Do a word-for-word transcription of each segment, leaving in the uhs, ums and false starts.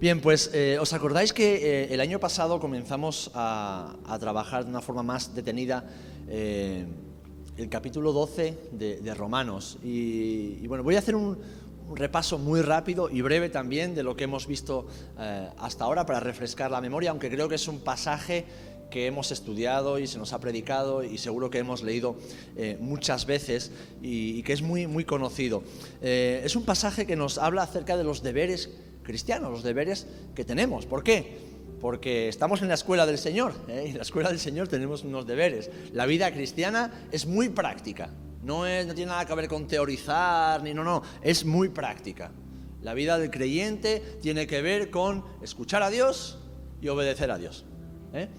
Bien, pues eh, ¿os acordáis que eh, el año pasado comenzamos a, a trabajar de una forma más detenida eh, el capítulo doce de, de Romanos? Y, y bueno, voy a hacer un, un repaso muy rápido y breve también de lo que hemos visto eh, hasta ahora para refrescar la memoria, aunque creo que es un pasaje que hemos estudiado y se nos ha predicado y seguro que hemos leído eh, muchas veces y, y que es muy, muy conocido. Eh, es un pasaje que nos habla acerca de los deberes cristianos, los deberes que tenemos. ¿Por qué? Porque estamos en la escuela del Señor, ¿eh? Y en la escuela del Señor tenemos unos deberes. La vida cristiana es muy práctica, no, es, no tiene nada que ver con teorizar, ni no, no, es muy práctica. La vida del creyente tiene que ver con escuchar a Dios y obedecer a Dios, ¿eh?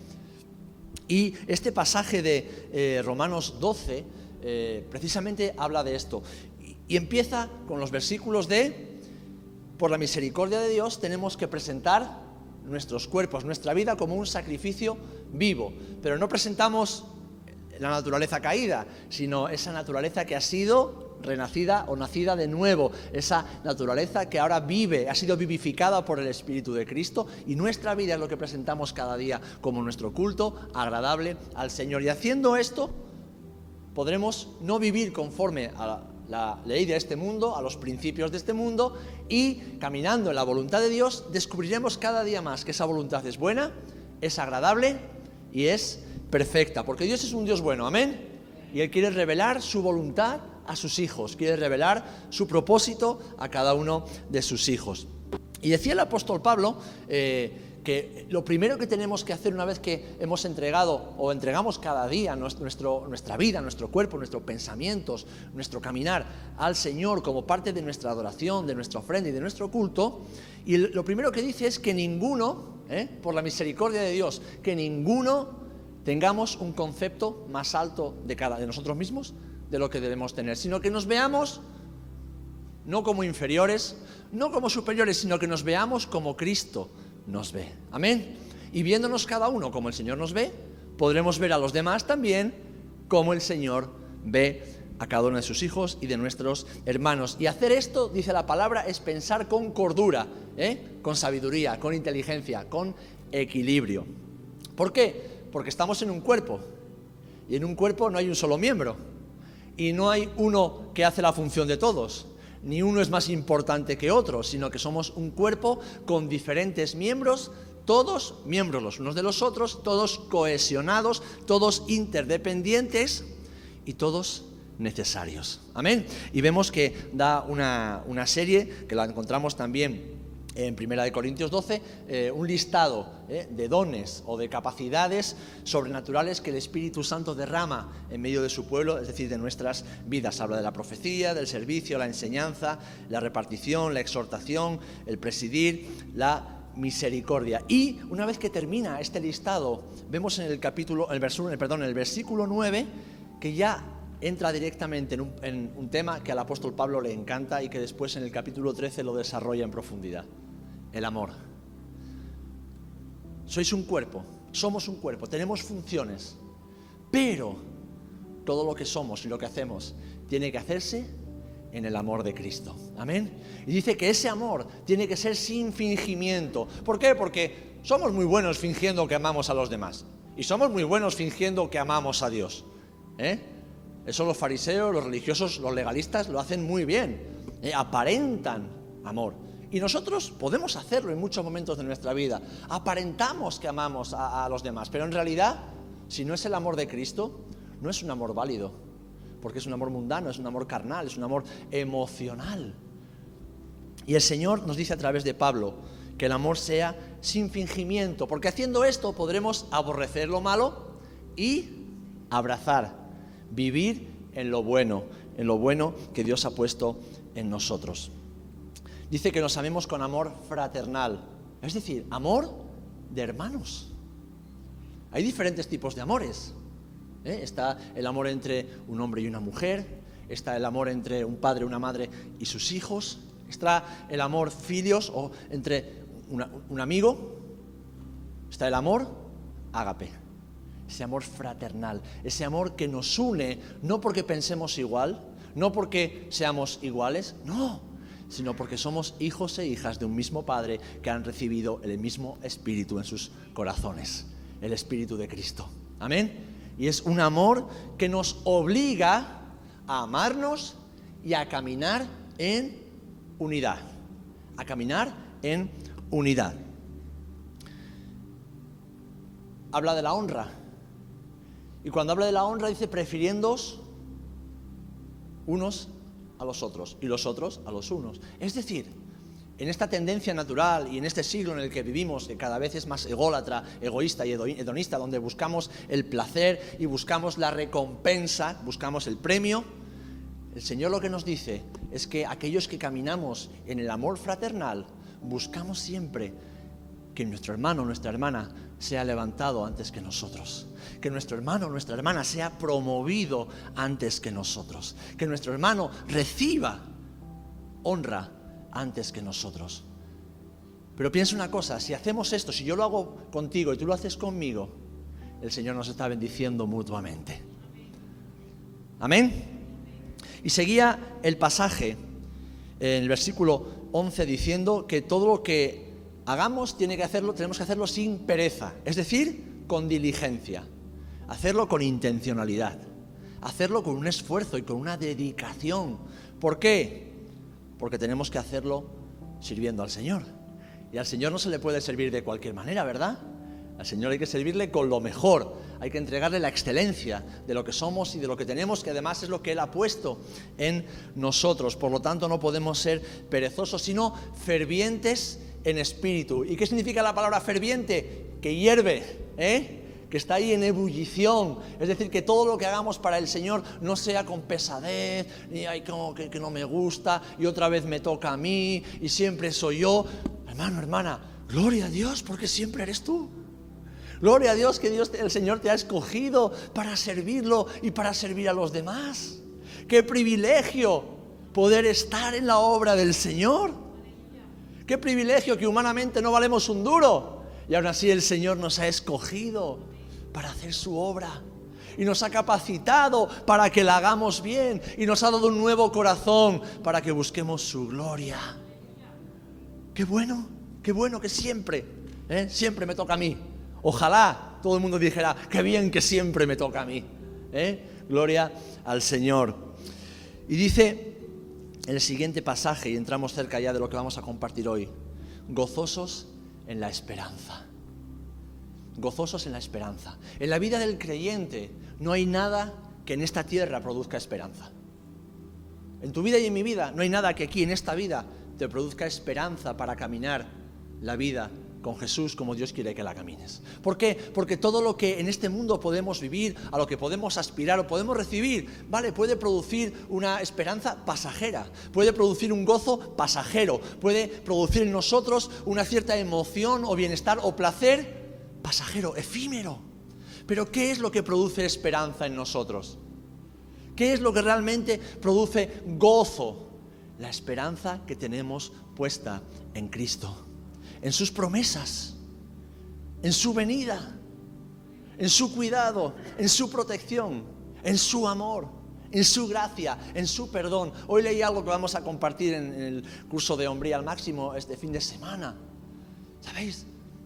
Y este pasaje de eh, Romanos doce eh, precisamente habla de esto. Y, y empieza con los versículos de: por la misericordia de Dios tenemos que presentar nuestros cuerpos, nuestra vida como un sacrificio vivo. Pero no presentamos la naturaleza caída, sino esa naturaleza que ha sido renacida o nacida de nuevo, esa naturaleza que ahora vive, ha sido vivificada por el Espíritu de Cristo, y nuestra vida es lo que presentamos cada día como nuestro culto agradable al Señor. Y haciendo esto, podremos no vivir conforme a la, la ley de este mundo, a los principios de este mundo, y caminando en la voluntad de Dios, descubriremos cada día más que esa voluntad es buena, es agradable y es perfecta, porque Dios es un Dios bueno, amén, y Él quiere revelar su voluntad a sus hijos, quiere revelar su propósito a cada uno de sus hijos. Y decía el apóstol Pablo eh, que lo primero que tenemos que hacer una vez que hemos entregado o entregamos cada día nuestro, nuestra vida, nuestro cuerpo, nuestros pensamientos, nuestro caminar al Señor como parte de nuestra adoración, de nuestra ofrenda y de nuestro culto, y lo primero que dice es que ninguno, eh, por la misericordia de Dios, que ninguno tengamos un concepto más alto de, cada, de nosotros mismos de lo que debemos tener, sino que nos veamos no como inferiores, no como superiores, sino que nos veamos como Cristo nos ve, amén. Y viéndonos cada uno como el Señor nos ve, podremos ver a los demás también como el Señor ve a cada uno de sus hijos y de nuestros hermanos. Y hacer esto, dice la palabra, es pensar con cordura, ¿eh? con sabiduría, con inteligencia, con equilibrio. ¿Por qué? Porque estamos en un cuerpo, y en un cuerpo no hay un solo miembro, y no hay uno que hace la función de todos, ni uno es más importante que otro, sino que somos un cuerpo con diferentes miembros, todos miembros los unos de los otros, todos cohesionados, todos interdependientes y todos necesarios. Amén. Y vemos que da una, una serie que la encontramos también en Primera de Corintios doce, eh, un listado eh, de dones o de capacidades sobrenaturales que el Espíritu Santo derrama en medio de su pueblo, es decir, de nuestras vidas. Habla de la profecía, del servicio, la enseñanza, la repartición, la exhortación, el presidir, la misericordia. Y una vez que termina este listado, vemos en el capítulo, el verso, perdón, en el versículo nueve, que ya entra directamente en un, en un tema que al apóstol Pablo le encanta y que después en el capítulo trece lo desarrolla en profundidad: el amor. Sois un cuerpo, somos un cuerpo, tenemos funciones, pero todo lo que somos y lo que hacemos tiene que hacerse en el amor de Cristo, amén. Y dice que ese amor tiene que ser sin fingimiento. ¿Por qué? Porque somos muy buenos fingiendo que amamos a los demás, y somos muy buenos fingiendo que amamos a Dios, ¿eh? Eso los fariseos, los religiosos, los legalistas lo hacen muy bien, eh, aparentan amor. Y nosotros podemos hacerlo en muchos momentos de nuestra vida. Aparentamos que amamos a, a los demás, pero en realidad, si no es el amor de Cristo, no es un amor válido, porque es un amor mundano, es un amor carnal, es un amor emocional. Y el Señor nos dice a través de Pablo que el amor sea sin fingimiento, porque haciendo esto podremos aborrecer lo malo y abrazar, vivir en lo bueno, en lo bueno que Dios ha puesto en nosotros. Dice que nos amemos con amor fraternal, es decir, amor de hermanos. Hay diferentes tipos de amores, ¿eh? Está el amor entre un hombre y una mujer, está el amor entre un padre, una madre y sus hijos, está el amor filios o entre una, un amigo, está el amor ágape, ese amor fraternal, ese amor que nos une, no porque pensemos igual, no porque seamos iguales, no, sino porque somos hijos e hijas de un mismo Padre que han recibido el mismo Espíritu en sus corazones, el Espíritu de Cristo. Amén. Y es un amor que nos obliga a amarnos y a caminar en unidad. A caminar en unidad. Habla de la honra. Y cuando habla de la honra dice prefiriéndoos unos a los otros y los otros a los unos. Es decir, en esta tendencia natural y en este siglo en el que vivimos, que cada vez es más ególatra, egoísta y hedonista, donde buscamos el placer y buscamos la recompensa, buscamos el premio, el Señor lo que nos dice es que aquellos que caminamos en el amor fraternal, buscamos siempre que nuestro hermano o nuestra hermana sea levantado antes que nosotros. Que nuestro hermano o nuestra hermana sea promovido antes que nosotros. Que nuestro hermano reciba honra antes que nosotros. Pero piensa una cosa, si hacemos esto, si yo lo hago contigo y tú lo haces conmigo, el Señor nos está bendiciendo mutuamente. Amén. Y seguía el pasaje en el versículo once diciendo que todo lo que hagamos tiene que hacerlo, tenemos que hacerlo sin pereza, es decir, con diligencia, hacerlo con intencionalidad, hacerlo con un esfuerzo y con una dedicación. ¿Por qué? Porque tenemos que hacerlo sirviendo al Señor. Y al Señor no se le puede servir de cualquier manera, ¿verdad? Al Señor hay que servirle con lo mejor, hay que entregarle la excelencia de lo que somos y de lo que tenemos, que además es lo que Él ha puesto en nosotros. Por lo tanto, no podemos ser perezosos, sino fervientes en espíritu. ¿Y qué significa la palabra ferviente? Que hierve, ¿eh? Que está ahí en ebullición. Es decir, que todo lo que hagamos para el Señor no sea con pesadez, ni hay como que, que no me gusta, y otra vez me toca a mí, y siempre soy yo. Hermano, hermana, gloria a Dios, porque siempre eres tú. Gloria a Dios que Dios, el Señor te ha escogido para servirlo y para servir a los demás. ¡Qué privilegio poder estar en la obra del Señor! ¡Qué privilegio que humanamente no valemos un duro! Y aún así el Señor nos ha escogido para hacer su obra. Y nos ha capacitado para que la hagamos bien. Y nos ha dado un nuevo corazón para que busquemos su gloria. ¡Qué bueno! ¡Qué bueno que siempre, ¿eh? siempre me toca a mí! Ojalá todo el mundo dijera, qué bien que siempre me toca a mí. ¿Eh? Gloria al Señor. Y dice el siguiente pasaje, y entramos cerca ya de lo que vamos a compartir hoy, gozosos en la esperanza. Gozosos en la esperanza. En la vida del creyente no hay nada que en esta tierra produzca esperanza. En tu vida y en mi vida no hay nada que aquí en esta vida te produzca esperanza para caminar la vida con Jesús como Dios quiere que la camines. ¿Por qué? Porque todo lo que en este mundo podemos vivir, a lo que podemos aspirar o podemos recibir, vale, puede producir una esperanza pasajera, puede producir un gozo pasajero, puede producir en nosotros una cierta emoción o bienestar o placer pasajero, efímero. Pero ¿qué es lo que produce esperanza en nosotros? ¿Qué es lo que realmente produce gozo? La esperanza que tenemos puesta en Cristo. En sus promesas, en su venida, en su cuidado, en su protección, en su amor, en su gracia, en su perdón. Hoy leí algo que vamos a compartir en el curso de Hombría al Máximo este fin de semana. ¿Sabéis?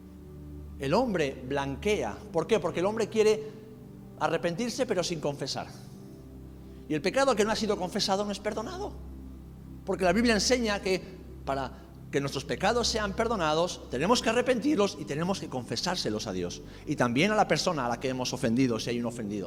El hombre blanquea. ¿Por qué? Porque el hombre quiere arrepentirse pero sin confesar. Y el pecado que no ha sido confesado no es perdonado. Porque la Biblia enseña que para que nuestros pecados sean perdonados, tenemos que arrepentirlos y tenemos que confesárselos a Dios. Y también a la persona a la que hemos ofendido, si hay un ofendido.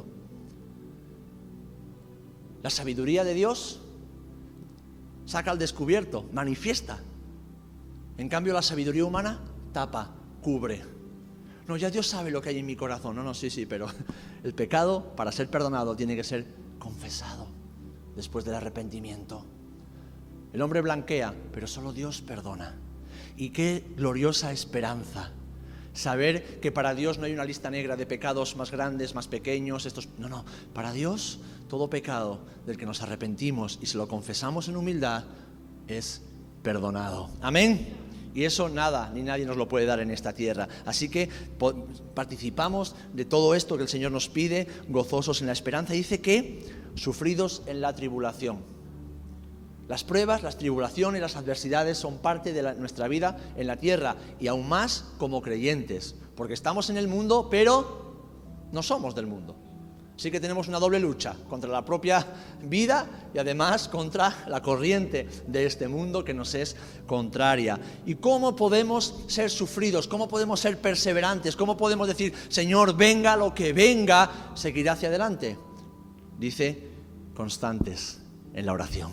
La sabiduría de Dios saca al descubierto, manifiesta. En cambio, la sabiduría humana tapa, cubre. No, ya Dios sabe lo que hay en mi corazón. No, no, sí, sí, pero el pecado, para ser perdonado, tiene que ser confesado después del arrepentimiento. El hombre blanquea, pero solo Dios perdona. Y qué gloriosa esperanza. Saber que para Dios no hay una lista negra de pecados más grandes, más pequeños. Estos, no, no. Para Dios, todo pecado del que nos arrepentimos y se lo confesamos en humildad es perdonado. Amén. Y eso nada, ni nadie nos lo puede dar en esta tierra. Así que participamos de todo esto que el Señor nos pide, gozosos en la esperanza. Y dice que sufridos en la tribulación. Las pruebas, las tribulaciones, las adversidades son parte de la, nuestra vida en la tierra y aún más como creyentes, porque estamos en el mundo, pero no somos del mundo. Así que tenemos una doble lucha contra la propia vida y además contra la corriente de este mundo que nos es contraria. ¿Y cómo podemos ser sufridos? ¿Cómo podemos ser perseverantes? ¿Cómo podemos decir, Señor, venga lo que venga, seguiré hacia adelante? Dice, constantes en la oración.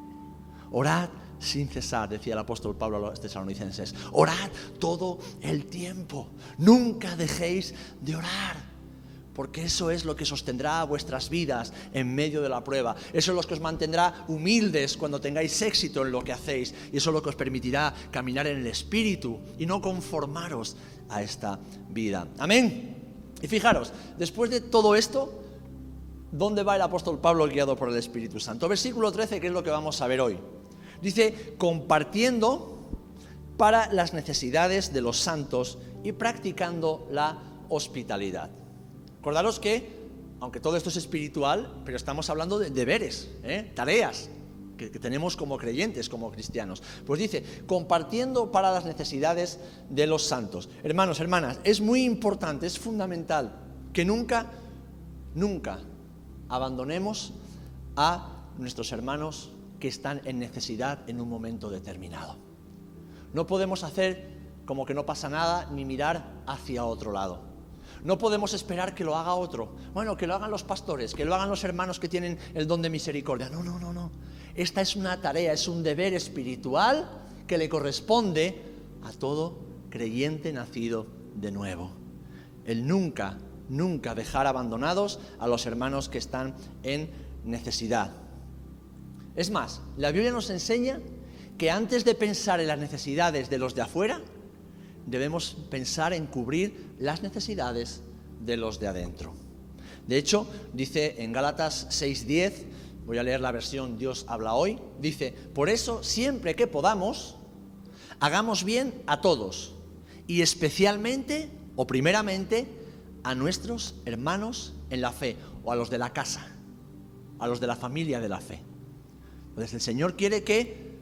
Orad sin cesar, decía el apóstol Pablo a los tesalonicenses. Orad todo el tiempo. Nunca dejéis de orar. Porque eso es lo que sostendrá vuestras vidas en medio de la prueba. Eso es lo que os mantendrá humildes cuando tengáis éxito en lo que hacéis. Y eso es lo que os permitirá caminar en el Espíritu y no conformaros a esta vida. Amén. Y fijaros, después de todo esto, ¿dónde va el apóstol Pablo guiado por el Espíritu Santo? Versículo trece, que es lo que vamos a ver hoy. Dice, compartiendo para las necesidades de los santos y practicando la hospitalidad. Acordaros que, aunque todo esto es espiritual, pero estamos hablando de deberes, ¿eh? tareas que, que tenemos como creyentes, como cristianos. Pues dice, compartiendo para las necesidades de los santos. Hermanos, hermanas, es muy importante, es fundamental que nunca, nunca abandonemos a nuestros hermanos que están en necesidad en un momento determinado. No podemos hacer como que no pasa nada ni mirar hacia otro lado. No podemos esperar que lo haga otro. Bueno, que lo hagan los pastores, que lo hagan los hermanos que tienen el don de misericordia. No, no, no, no. Esta es una tarea, es un deber espiritual que le corresponde a todo creyente nacido de nuevo. El nunca, nunca dejar abandonados a los hermanos que están en necesidad. Es más, la Biblia nos enseña que antes de pensar en las necesidades de los de afuera, debemos pensar en cubrir las necesidades de los de adentro. De hecho, dice en Gálatas seis diez, voy a leer la versión Dios habla hoy, dice, por eso siempre que podamos, hagamos bien a todos, y especialmente o primeramente a nuestros hermanos en la fe, o a los de la casa, a los de la familia de la fe. Entonces el Señor quiere que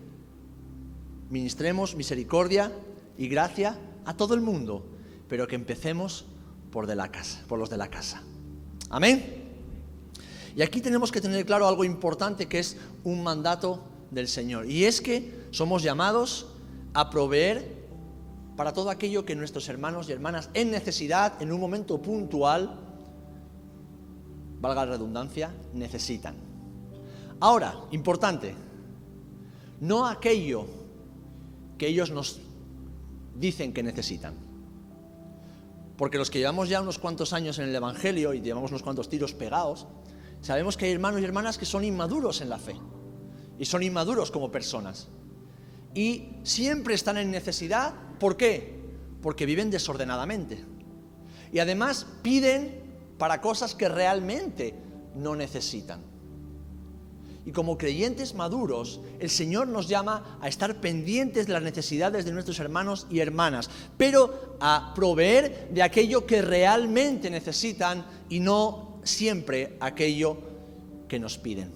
ministremos misericordia y gracia a todo el mundo, pero que empecemos por, de la casa, por los de la casa. Amén. Y aquí tenemos que tener claro algo importante, que es un mandato del Señor, y es que somos llamados a proveer para todo aquello que nuestros hermanos y hermanas en necesidad, en un momento puntual, valga la redundancia, necesitan. Ahora, importante, no aquello que ellos nos dicen que necesitan. Porque los que llevamos ya unos cuantos años en el Evangelio y llevamos unos cuantos tiros pegados, sabemos que hay hermanos y hermanas que son inmaduros en la fe y son inmaduros como personas y siempre están en necesidad. ¿Por qué? Porque viven desordenadamente y además piden para cosas que realmente no necesitan. Y como creyentes maduros, el Señor nos llama a estar pendientes de las necesidades de nuestros hermanos y hermanas, pero a proveer de aquello que realmente necesitan y no siempre aquello que nos piden.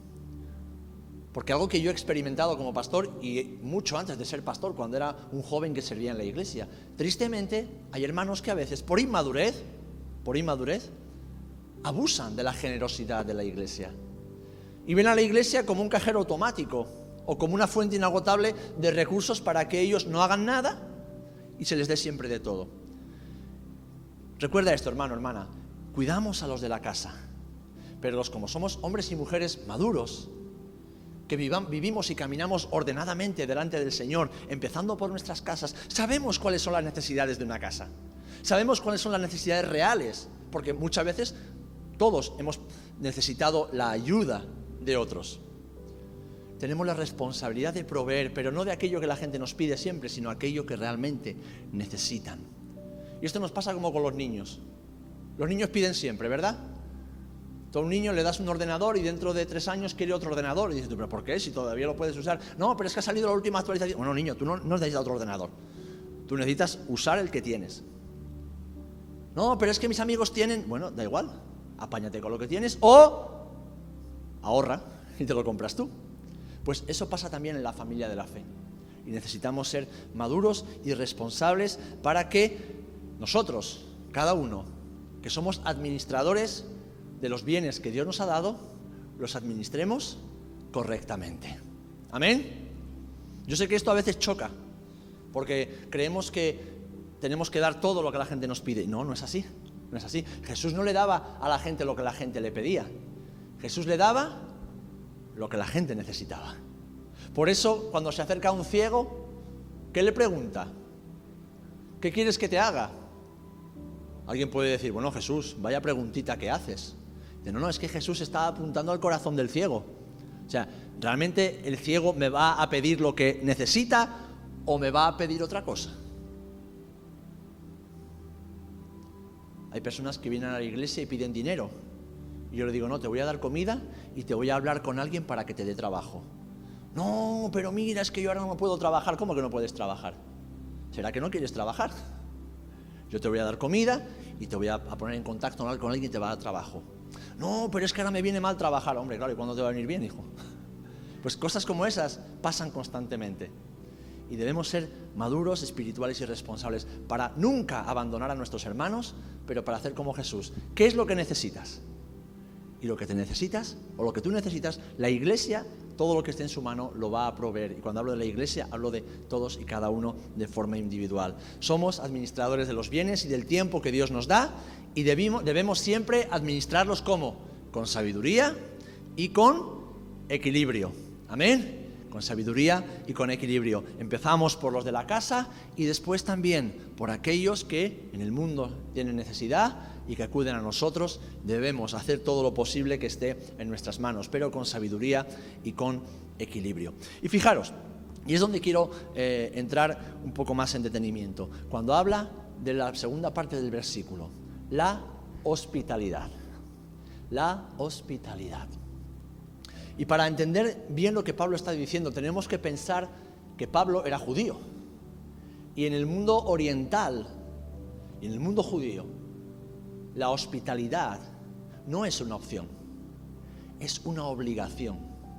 Porque algo que yo he experimentado como pastor, y mucho antes de ser pastor, cuando era un joven que servía en la iglesia, tristemente hay hermanos que a veces, por inmadurez, por inmadurez, abusan de la generosidad de la iglesia. Y ven a la iglesia como un cajero automático o como una fuente inagotable de recursos para que ellos no hagan nada y se les dé siempre de todo. Recuerda esto, hermano, hermana, cuidamos a los de la casa, pero los como somos hombres y mujeres maduros, que vivam, vivimos y caminamos ordenadamente delante del Señor, empezando por nuestras casas, sabemos cuáles son las necesidades de una casa, sabemos cuáles son las necesidades reales, porque muchas veces todos hemos necesitado la ayuda de otros. Tenemos la responsabilidad de proveer, pero no de aquello que la gente nos pide siempre, sino aquello que realmente necesitan. Y esto nos pasa como con los niños. Los niños piden siempre, ¿verdad? Tú a un niño le das un ordenador y dentro de tres años quiere otro ordenador. Y dices tú, ¿pero por qué? Si todavía lo puedes usar. No, pero es que ha salido la última actualización. Bueno, niño, tú no, no necesitas otro ordenador. Tú necesitas usar el que tienes. No, pero es que mis amigos tienen... Bueno, da igual. Apáñate con lo que tienes o ahorra y te lo compras tú. Pues eso pasa también en la familia de la fe. Y necesitamos ser maduros y responsables para que nosotros, cada uno, que somos administradores de los bienes que Dios nos ha dado, los administremos correctamente. ¿Amén? Yo sé que esto a veces choca, porque creemos que tenemos que dar todo lo que la gente nos pide. No, no es así, no es así. Jesús no le daba a la gente lo que la gente le pedía. Jesús le daba lo que la gente necesitaba. Por eso, cuando se acerca a un ciego, ¿qué le pregunta? ¿Qué quieres que te haga? Alguien puede decir, bueno, Jesús, vaya preguntita que haces. Dice, no, no, es que Jesús está apuntando al corazón del ciego. O sea, ¿realmente el ciego me va a pedir lo que necesita o me va a pedir otra cosa? Hay personas que vienen a la iglesia y piden dinero. Y yo le digo, no, te voy a dar comida y te voy a hablar con alguien para que te dé trabajo. No, pero mira, es que yo ahora no puedo trabajar. ¿Cómo que no puedes trabajar? ¿Será que no quieres trabajar? Yo te voy a dar comida y te voy a poner en contacto con alguien que te va a dar trabajo. No, pero es que ahora me viene mal trabajar. Hombre, claro, ¿y cuándo te va a venir bien, hijo? Pues cosas como esas pasan constantemente. Y debemos ser maduros, espirituales y responsables para nunca abandonar a nuestros hermanos, pero para hacer como Jesús. ¿Qué es lo que necesitas? Y lo que te necesitas, o lo que tú necesitas, la iglesia, todo lo que esté en su mano, lo va a proveer. Y cuando hablo de la iglesia, hablo de todos y cada uno de forma individual. Somos administradores de los bienes y del tiempo que Dios nos da, y debimos, debemos siempre administrarlos ¿cómo? Con sabiduría y con equilibrio. ¿Amén? Con sabiduría y con equilibrio. Empezamos por los de la casa y después también por aquellos que en el mundo tienen necesidad y que acuden a nosotros. Debemos hacer todo lo posible que esté en nuestras manos, pero con sabiduría y con equilibrio. Y fijaros, y es donde quiero eh, entrar un poco más en detenimiento, cuando habla de la segunda parte del versículo, la hospitalidad. La hospitalidad. Y para entender bien lo que Pablo está diciendo, tenemos que pensar que Pablo era judío. Y en el mundo oriental, y en el mundo judío, la hospitalidad no es una opción, es una obligación.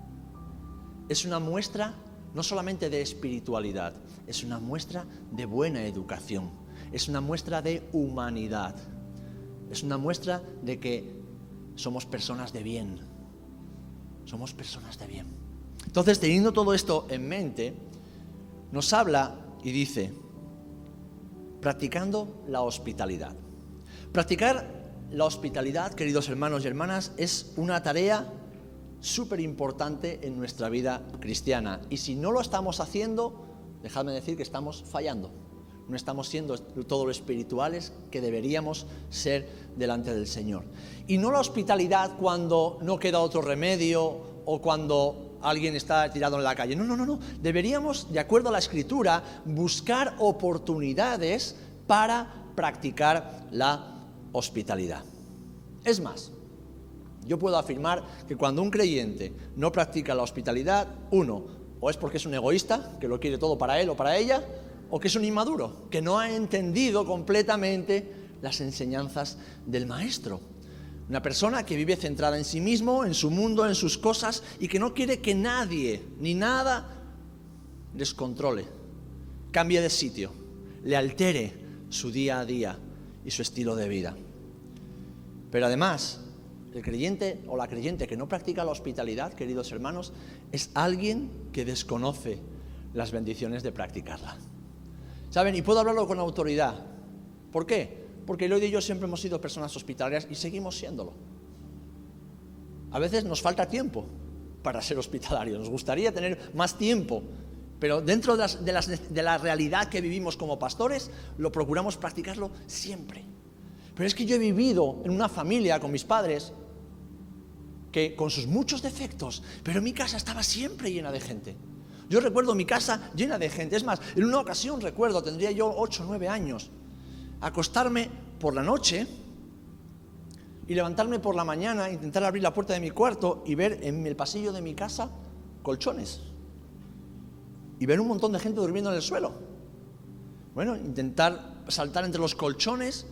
Es una muestra no solamente de espiritualidad, es una muestra de buena educación, es una muestra de humanidad, es una muestra de que somos personas de bien. Somos personas de bien. Entonces, teniendo todo esto en mente, nos habla y dice, practicando la hospitalidad. Practicar la hospitalidad, queridos hermanos y hermanas, es una tarea súper importante en nuestra vida cristiana. Y si no lo estamos haciendo, dejadme decir que estamos fallando. No estamos siendo todo lo espirituales que deberíamos ser delante del Señor. Y no la hospitalidad cuando no queda otro remedio o cuando alguien está tirado en la calle. No, no, no, no. Deberíamos, de acuerdo a la Escritura, buscar oportunidades para practicar la hospitalidad. Es más, yo puedo afirmar que cuando un creyente no practica la hospitalidad, uno, o es porque es un egoísta, que lo quiere todo para él o para ella, o que es un inmaduro, que no ha entendido completamente las enseñanzas del Maestro. Una persona que vive centrada en sí mismo, en su mundo, en sus cosas, y que no quiere que nadie ni nada les controle, cambie de sitio, le altere su día a día y su estilo de vida. Pero además, el creyente o la creyente que no practica la hospitalidad, queridos hermanos, es alguien que desconoce las bendiciones de practicarla. ¿Saben? Y puedo hablarlo con autoridad. ¿Por qué? Porque Eloy y yo siempre hemos sido personas hospitalarias y seguimos siéndolo. A veces nos falta tiempo para ser hospitalarios. Nos gustaría tener más tiempo, pero dentro de, las, de, las, de la realidad que vivimos como pastores, lo procuramos practicarlo siempre. Pero es que yo he vivido en una familia con mis padres que con sus muchos defectos, pero mi casa estaba siempre llena de gente. Yo recuerdo mi casa llena de gente. Es más, en una ocasión recuerdo, tendría yo ocho o nueve años, acostarme por la noche y levantarme por la mañana, intentar abrir la puerta de mi cuarto y ver en el pasillo de mi casa colchones. Y ver un montón de gente durmiendo en el suelo. Bueno, intentar saltar entre los colchones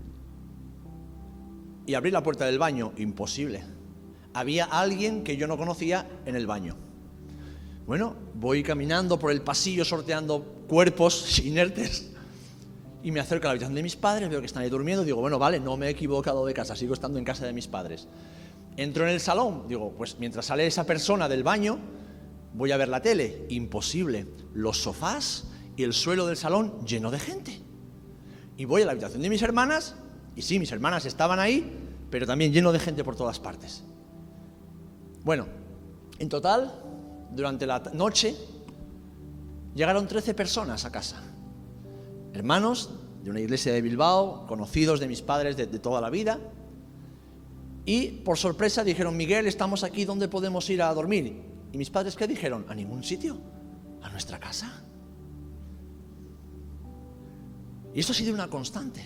y abrir la puerta del baño. Imposible. Había alguien que yo no conocía en el baño. Bueno, voy caminando por el pasillo sorteando cuerpos inertes y me acerco a la habitación de mis padres, veo que están ahí durmiendo, digo, bueno, vale, no me he equivocado de casa, sigo estando en casa de mis padres. Entro en el salón, digo, pues mientras sale esa persona del baño, voy a ver la tele. Imposible, los sofás y el suelo del salón lleno de gente. Y voy a la habitación de mis hermanas, y sí, mis hermanas estaban ahí, pero también lleno de gente por todas partes. Bueno, en total, durante la noche, llegaron trece personas a casa. Hermanos de una iglesia de Bilbao, conocidos de mis padres de, de toda la vida. Y, por sorpresa, dijeron, Miguel, estamos aquí, ¿dónde podemos ir a dormir? ¿Y mis padres qué dijeron? A ningún sitio, a nuestra casa. Y esto ha sido una constante.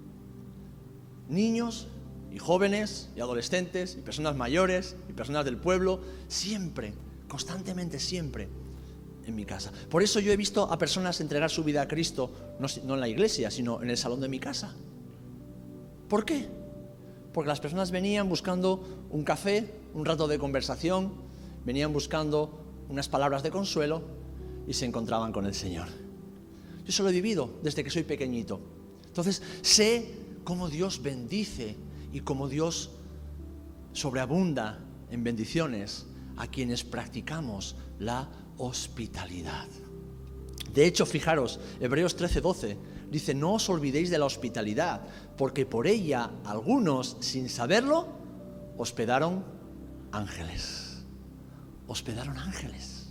Niños y jóvenes y adolescentes y personas mayores y personas del pueblo, siempre, constantemente, siempre en mi casa. Por eso yo he visto a personas entregar su vida a Cristo, no, no en la iglesia, sino en el salón de mi casa. ¿Por qué? Porque las personas venían buscando un café, un rato de conversación, venían buscando unas palabras de consuelo y se encontraban con el Señor. Yo eso lo he vivido desde que soy pequeñito. Entonces sé cómo Dios bendice y cómo Dios sobreabunda en bendiciones a quienes practicamos la hospitalidad. De hecho, fijaros, Hebreos trece doce dice, no os olvidéis de la hospitalidad, porque por ella algunos, sin saberlo, hospedaron ángeles. Hospedaron ángeles.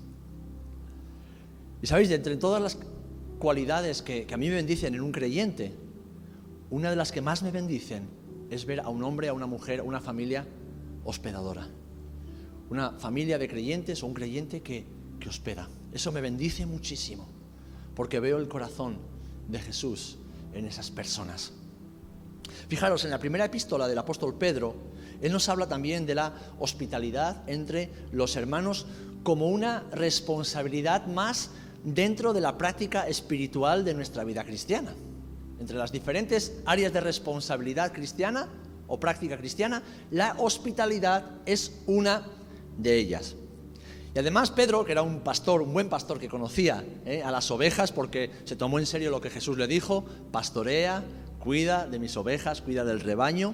Y sabéis, de entre todas las cualidades que, que a mí me bendicen en un creyente, una de las que más me bendicen es ver a un hombre, a una mujer, a una familia hospedadora. Una familia de creyentes o un creyente que, que hospeda. Eso me bendice muchísimo, porque veo el corazón de Jesús en esas personas. Fijaros, en la primera epístola del apóstol Pedro, él nos habla también de la hospitalidad entre los hermanos como una responsabilidad más dentro de la práctica espiritual de nuestra vida cristiana. Entre las diferentes áreas de responsabilidad cristiana o práctica cristiana, la hospitalidad es una de ellas. Y además Pedro, que era un pastor, un buen pastor que conocía eh, a las ovejas, porque se tomó en serio lo que Jesús le dijo, pastorea, cuida de mis ovejas, cuida del rebaño.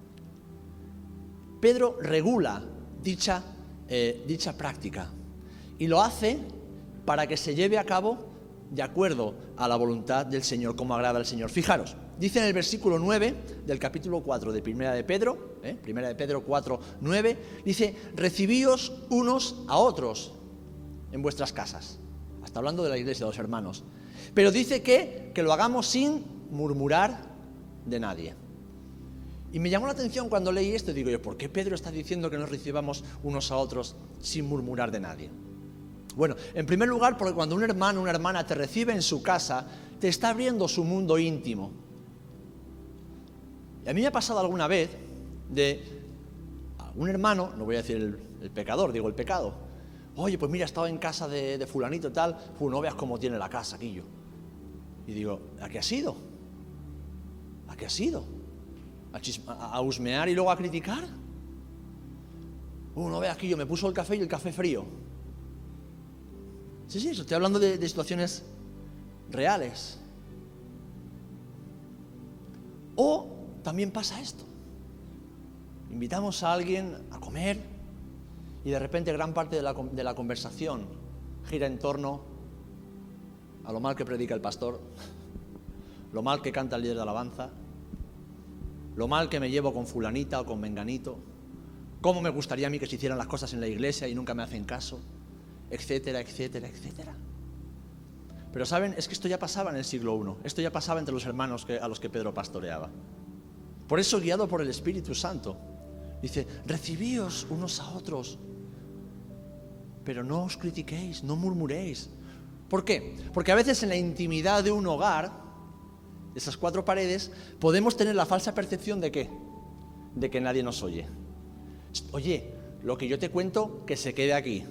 Pedro regula dicha, eh, dicha práctica y lo hace para que se lleve a cabo de acuerdo a la voluntad del Señor, como agrada al Señor. Fijaros, dice en el versículo nueve del capítulo cuatro de Primera de Pedro, ¿eh? Primera de Pedro cuatro, nueve, dice, recibíos unos a otros en vuestras casas. Está hablando de la iglesia, de los hermanos. Pero dice que, que lo hagamos sin murmurar de nadie. Y me llamó la atención cuando leí esto y digo yo, ¿por qué Pedro está diciendo que nos recibamos unos a otros sin murmurar de nadie? Bueno, en primer lugar, porque cuando un hermano o una hermana te recibe en su casa, te está abriendo su mundo íntimo. Y a mí me ha pasado alguna vez de un hermano, no voy a decir el, el pecador, digo el pecado. Oye, pues mira, he estado en casa de, de fulanito y tal, pues no veas cómo tiene la casa, Quillo. Y digo, ¿a qué has ido? ¿A qué has ido? ¿A, chisma, a, a husmear y luego a criticar? Uh, no veas, Quillo, me puso el café y el café frío. Sí, sí, estoy hablando de, de situaciones reales. O también pasa esto. Invitamos a alguien a comer y de repente gran parte de la, de la conversación gira en torno a lo mal que predica el pastor, lo mal que canta el líder de alabanza, lo mal que me llevo con fulanita o con menganito, cómo me gustaría a mí que se hicieran las cosas en la iglesia y nunca me hacen caso, etcétera, etcétera, etcétera. Pero saben, es que esto ya pasaba en el siglo primero, esto ya pasaba entre los hermanos que, a los que Pedro pastoreaba. Por eso, guiado por el Espíritu Santo, dice, recibíos unos a otros, pero no os critiquéis, no murmuréis. ¿Por qué? Porque a veces en la intimidad de un hogar, de esas cuatro paredes, podemos tener la falsa percepción de ¿qué? De que nadie nos oye. Oye, lo que yo te cuento, que se quede aquí.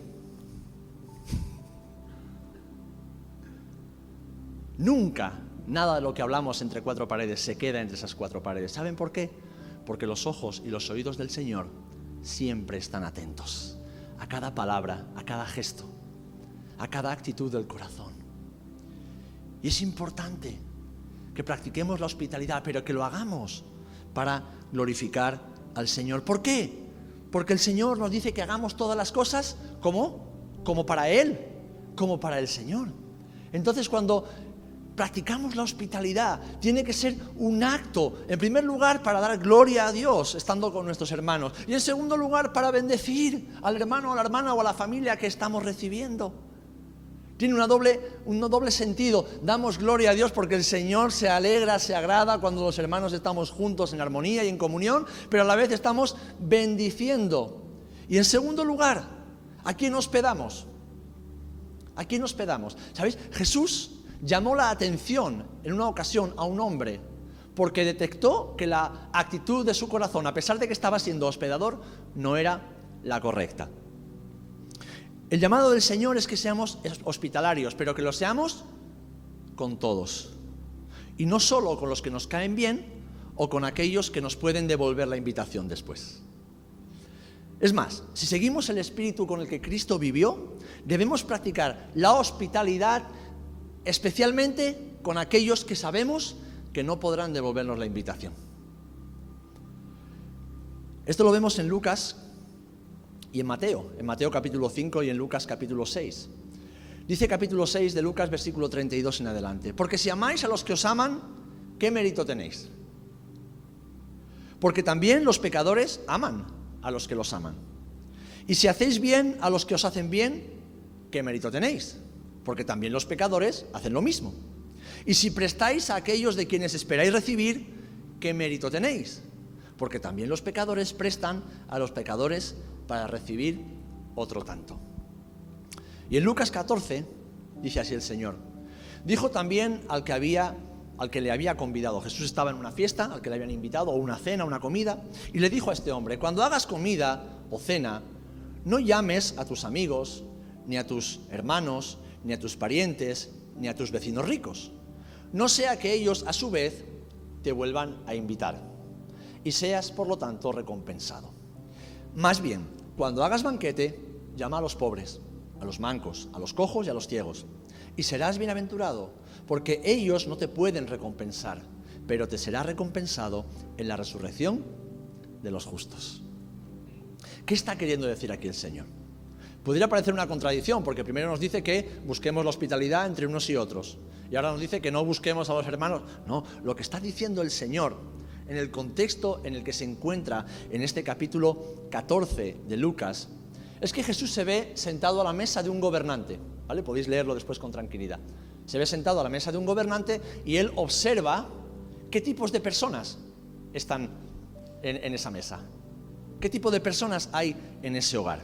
Nunca nada de lo que hablamos entre cuatro paredes se queda entre esas cuatro paredes. ¿Saben por qué? Porque los ojos y los oídos del Señor siempre están atentos a cada palabra, a cada gesto. a cada actitud del corazón. Y es importante que practiquemos la hospitalidad, pero que lo hagamos para glorificar al Señor. ¿Por qué? Porque el Señor nos dice que hagamos todas las cosas como, como para Él, como para el Señor. Entonces, cuando practicamos la hospitalidad, tiene que ser un acto, en primer lugar, para dar gloria a Dios, estando con nuestros hermanos, y en segundo lugar, para bendecir al hermano, a la hermana o a la familia que estamos recibiendo. Tiene una doble, un doble sentido. Damos gloria a Dios porque el Señor se alegra, se agrada cuando los hermanos estamos juntos en armonía y en comunión, pero a la vez estamos bendiciendo. Y en segundo lugar, ¿a quién hospedamos? ¿A quién hospedamos? ¿Sabéis? Jesús llamó la atención en una ocasión a un hombre porque detectó que la actitud de su corazón, a pesar de que estaba siendo hospedador, no era la correcta. El llamado del Señor es que seamos hospitalarios, pero que lo seamos con todos. Y no solo con los que nos caen bien o con aquellos que nos pueden devolver la invitación después. Es más, si seguimos el espíritu con el que Cristo vivió, debemos practicar la hospitalidad especialmente con aquellos que sabemos que no podrán devolvernos la invitación. Esto lo vemos en Lucas y en Mateo, en Mateo capítulo cinco y en Lucas capítulo seis. Dice capítulo seis de Lucas, versículo treinta y dos en adelante: porque si amáis a los que os aman, ¿qué mérito tenéis? Porque también los pecadores aman a los que los aman. Y si hacéis bien a los que os hacen bien, ¿qué mérito tenéis? Porque también los pecadores hacen lo mismo. Y si prestáis a aquellos de quienes esperáis recibir, ¿qué mérito tenéis? Porque también los pecadores prestan a los pecadores para recibir otro tanto. Y en Lucas catorce dice así el Señor: dijo también al que había, al que le había convidado. Jesús estaba en una fiesta al que le habían invitado, o una cena, una comida, y le dijo a este hombre: cuando hagas comida o cena, no llames a tus amigos, ni a tus hermanos, ni a tus parientes, ni a tus vecinos ricos, no sea que ellos a su vez te vuelvan a invitar y seas por lo tanto recompensado. Más bien, cuando hagas banquete, llama a los pobres, a los mancos, a los cojos y a los ciegos, y serás bienaventurado, porque ellos no te pueden recompensar, pero te será recompensado en la resurrección de los justos. ¿Qué está queriendo decir aquí el Señor? Podría parecer una contradicción, porque primero nos dice que busquemos la hospitalidad entre unos y otros, y ahora nos dice que no busquemos a los hermanos. No, lo que está diciendo el Señor, en el contexto en el que se encuentra en este capítulo catorce de Lucas, es que Jesús se ve sentado a la mesa de un gobernante, ¿vale? Podéis leerlo después con tranquilidad. Se ve sentado a la mesa de un gobernante y él observa qué tipos de personas están en, en esa mesa, qué tipo de personas hay en ese hogar.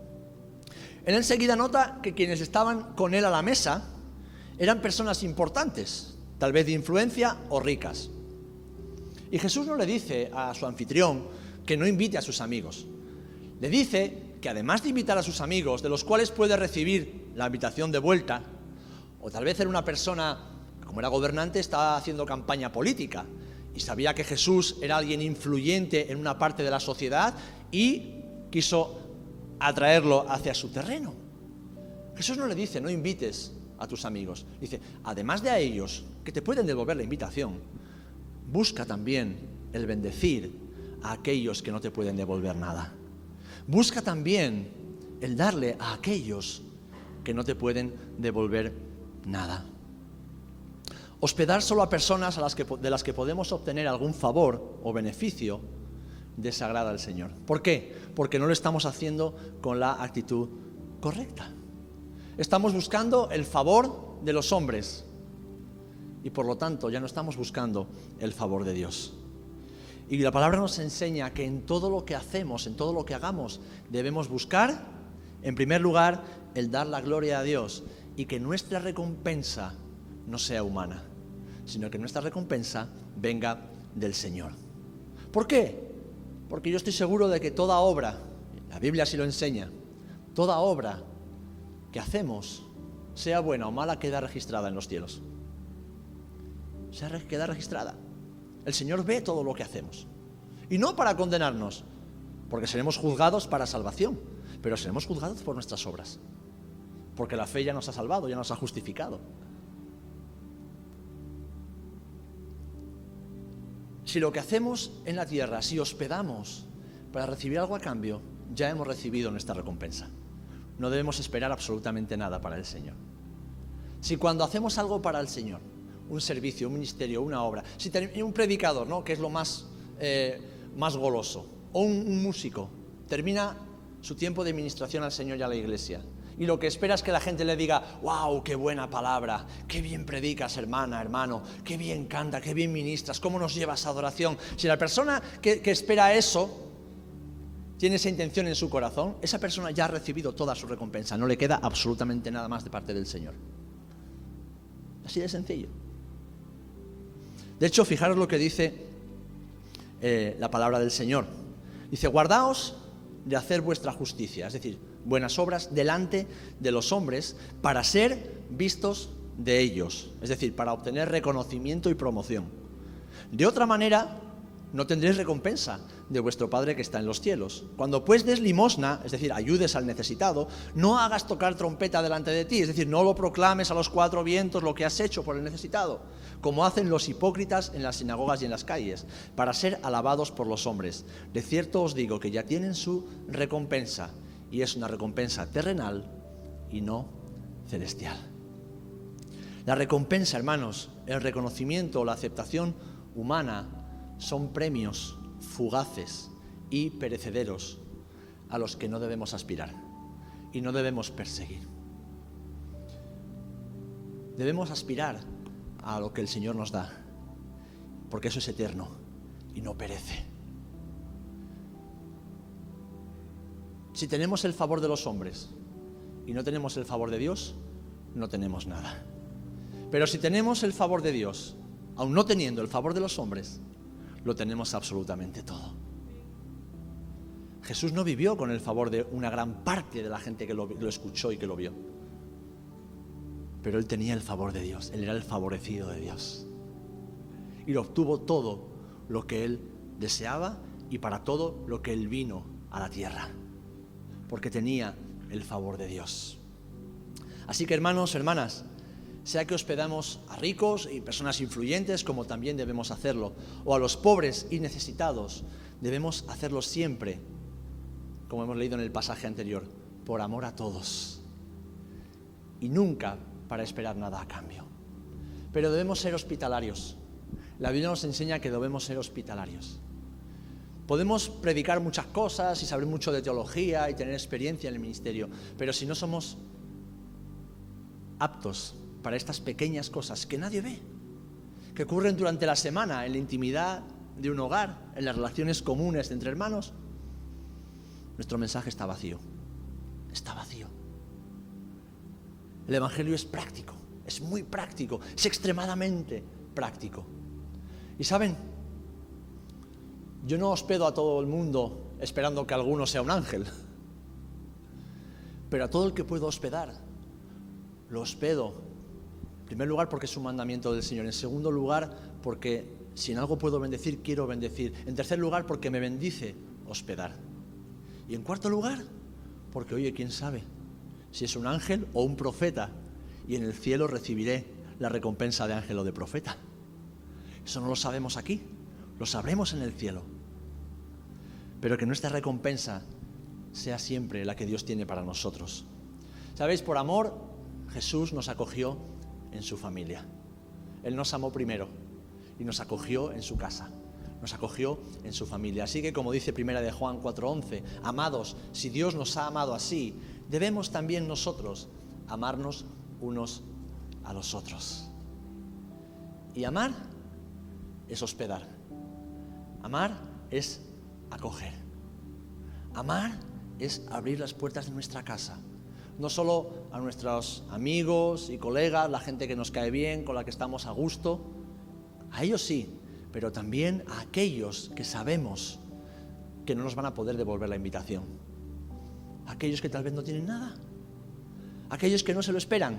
Él enseguida nota que quienes estaban con él a la mesa eran personas importantes, tal vez de influencia o ricas. Y Jesús no le dice a su anfitrión que no invite a sus amigos. Le dice que además de invitar a sus amigos, de los cuales puede recibir la invitación de vuelta, o tal vez era una persona, como era gobernante, estaba haciendo campaña política y sabía que Jesús era alguien influyente en una parte de la sociedad y quiso atraerlo hacia su terreno. Jesús no le dice: no invites a tus amigos. Dice: además de a ellos, que te pueden devolver la invitación, busca también el bendecir a aquellos que no te pueden devolver nada. Busca también el darle a aquellos que no te pueden devolver nada. Hospedar solo a personas a las que, de las que podemos obtener algún favor o beneficio desagrada al Señor. ¿Por qué? Porque no lo estamos haciendo con la actitud correcta. Estamos buscando el favor de los hombres y por lo tanto ya no estamos buscando el favor de Dios. Y la palabra nos enseña que en todo lo que hacemos, en todo lo que hagamos, debemos buscar, en primer lugar, el dar la gloria a Dios y que nuestra recompensa no sea humana, sino que nuestra recompensa venga del Señor. ¿Por qué? Porque yo estoy seguro de que toda obra, la Biblia así lo enseña, toda obra que hacemos, sea buena o mala, queda registrada en los cielos. Se queda registrada. El Señor ve todo lo que hacemos. Y no para condenarnos, porque seremos juzgados para salvación, pero seremos juzgados por nuestras obras. porque la fe ya nos ha salvado, ya nos ha justificado. Si lo que hacemos en la tierra, si hospedamos para recibir algo a cambio, ya hemos recibido nuestra recompensa. No debemos esperar absolutamente nada para el Señor. Si cuando hacemos algo para el Señor, un servicio, un ministerio, una obra, si un predicador, ¿no?, que es lo más, eh, más goloso, o un, un músico, termina su tiempo de ministración al Señor y a la iglesia, y lo que espera es que la gente le diga: wow, qué buena palabra, qué bien predicas, hermana, hermano, qué bien canta, qué bien ministras, cómo nos llevas a adoración. Si la persona que, que espera eso tiene esa intención en su corazón, esa persona ya ha recibido toda su recompensa, no le queda absolutamente nada más de parte del Señor. Así de sencillo. De hecho, fijaros lo que dice eh, la palabra del Señor. Dice: guardaos de hacer vuestra justicia, es decir, buenas obras delante de los hombres, para ser vistos de ellos, es decir, para obtener reconocimiento y promoción. De otra manera, no tendréis recompensa de vuestro Padre que está en los cielos. Cuando pues des limosna, es decir, ayudes al necesitado, no hagas tocar trompeta delante de ti, es decir, no lo proclames a los cuatro vientos lo que has hecho por el necesitado, como hacen los hipócritas en las sinagogas y en las calles, para ser alabados por los hombres. De cierto os digo que ya tienen su recompensa, y es una recompensa terrenal y no celestial. La recompensa, hermanos, el reconocimiento o la aceptación humana son premios fugaces y perecederos a los que no debemos aspirar y no debemos perseguir. Debemos aspirar a lo que el Señor nos da, porque eso es eterno y no perece. Si tenemos el favor de los hombres y no tenemos el favor de Dios, no tenemos nada. Pero si tenemos el favor de Dios, aun no teniendo el favor de los hombres, lo tenemos absolutamente todo. Jesús no vivió con el favor de una gran parte de la gente que lo, lo escuchó y que lo vio. Pero él tenía el favor de Dios, él era el favorecido de Dios. Y lo obtuvo todo lo que él deseaba y para todo lo que él vino a la tierra, porque tenía el favor de Dios. Así que, hermanos, hermanas, sea que hospedamos a ricos y personas influyentes, como también debemos hacerlo, o a los pobres y necesitados, debemos hacerlo siempre, como hemos leído en el pasaje anterior, por amor a todos, y nunca para esperar nada a cambio. Pero debemos ser hospitalarios. La Biblia nos enseña que debemos ser hospitalarios. Podemos predicar muchas cosas y saber mucho de teología y tener experiencia en el ministerio, pero si no somos aptos para estas pequeñas cosas que nadie ve, que ocurren durante la semana en la intimidad de un hogar, en las relaciones comunes entre hermanos, nuestro mensaje está vacío, está vacío. El Evangelio es práctico, es muy práctico, es extremadamente práctico. Y saben, yo no hospedo a todo el mundo esperando que alguno sea un ángel, pero a todo el que puedo hospedar, lo hospedo. En primer lugar, porque es un mandamiento del Señor. En segundo lugar, porque si en algo puedo bendecir, quiero bendecir. En tercer lugar, porque me bendice hospedar. Y en cuarto lugar, porque, oye, quién sabe si es un ángel o un profeta, y en el cielo recibiré la recompensa de ángel o de profeta. Eso no lo sabemos aquí, lo sabremos en el cielo. Pero que nuestra recompensa sea siempre la que Dios tiene para nosotros. ¿Sabéis? Por amor, Jesús nos acogió en su familia. Él nos amó primero y nos acogió en su casa, nos acogió en su familia. Así que, como dice primera de Juan cuatro once, amados, si Dios nos ha amado así, debemos también nosotros amarnos unos a los otros. Y amar es hospedar, amar es acoger, amar es abrir las puertas de nuestra casa. No solo a nuestros amigos y colegas, la gente que nos cae bien, con la que estamos a gusto, a ellos sí, pero también a aquellos que sabemos que no nos van a poder devolver la invitación. Aquellos que tal vez no tienen nada, aquellos que no se lo esperan,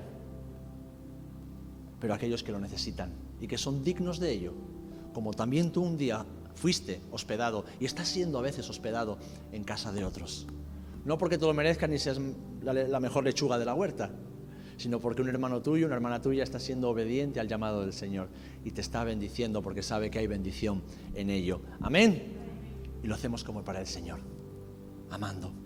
pero aquellos que lo necesitan y que son dignos de ello, como también tú un día fuiste hospedado y estás siendo a veces hospedado en casa de otros. No porque te lo merezcas ni seas la, la mejor lechuga de la huerta, sino porque un hermano tuyo, una hermana tuya está siendo obediente al llamado del Señor y te está bendiciendo porque sabe que hay bendición en ello. Amén. Y lo hacemos como para el Señor, amando.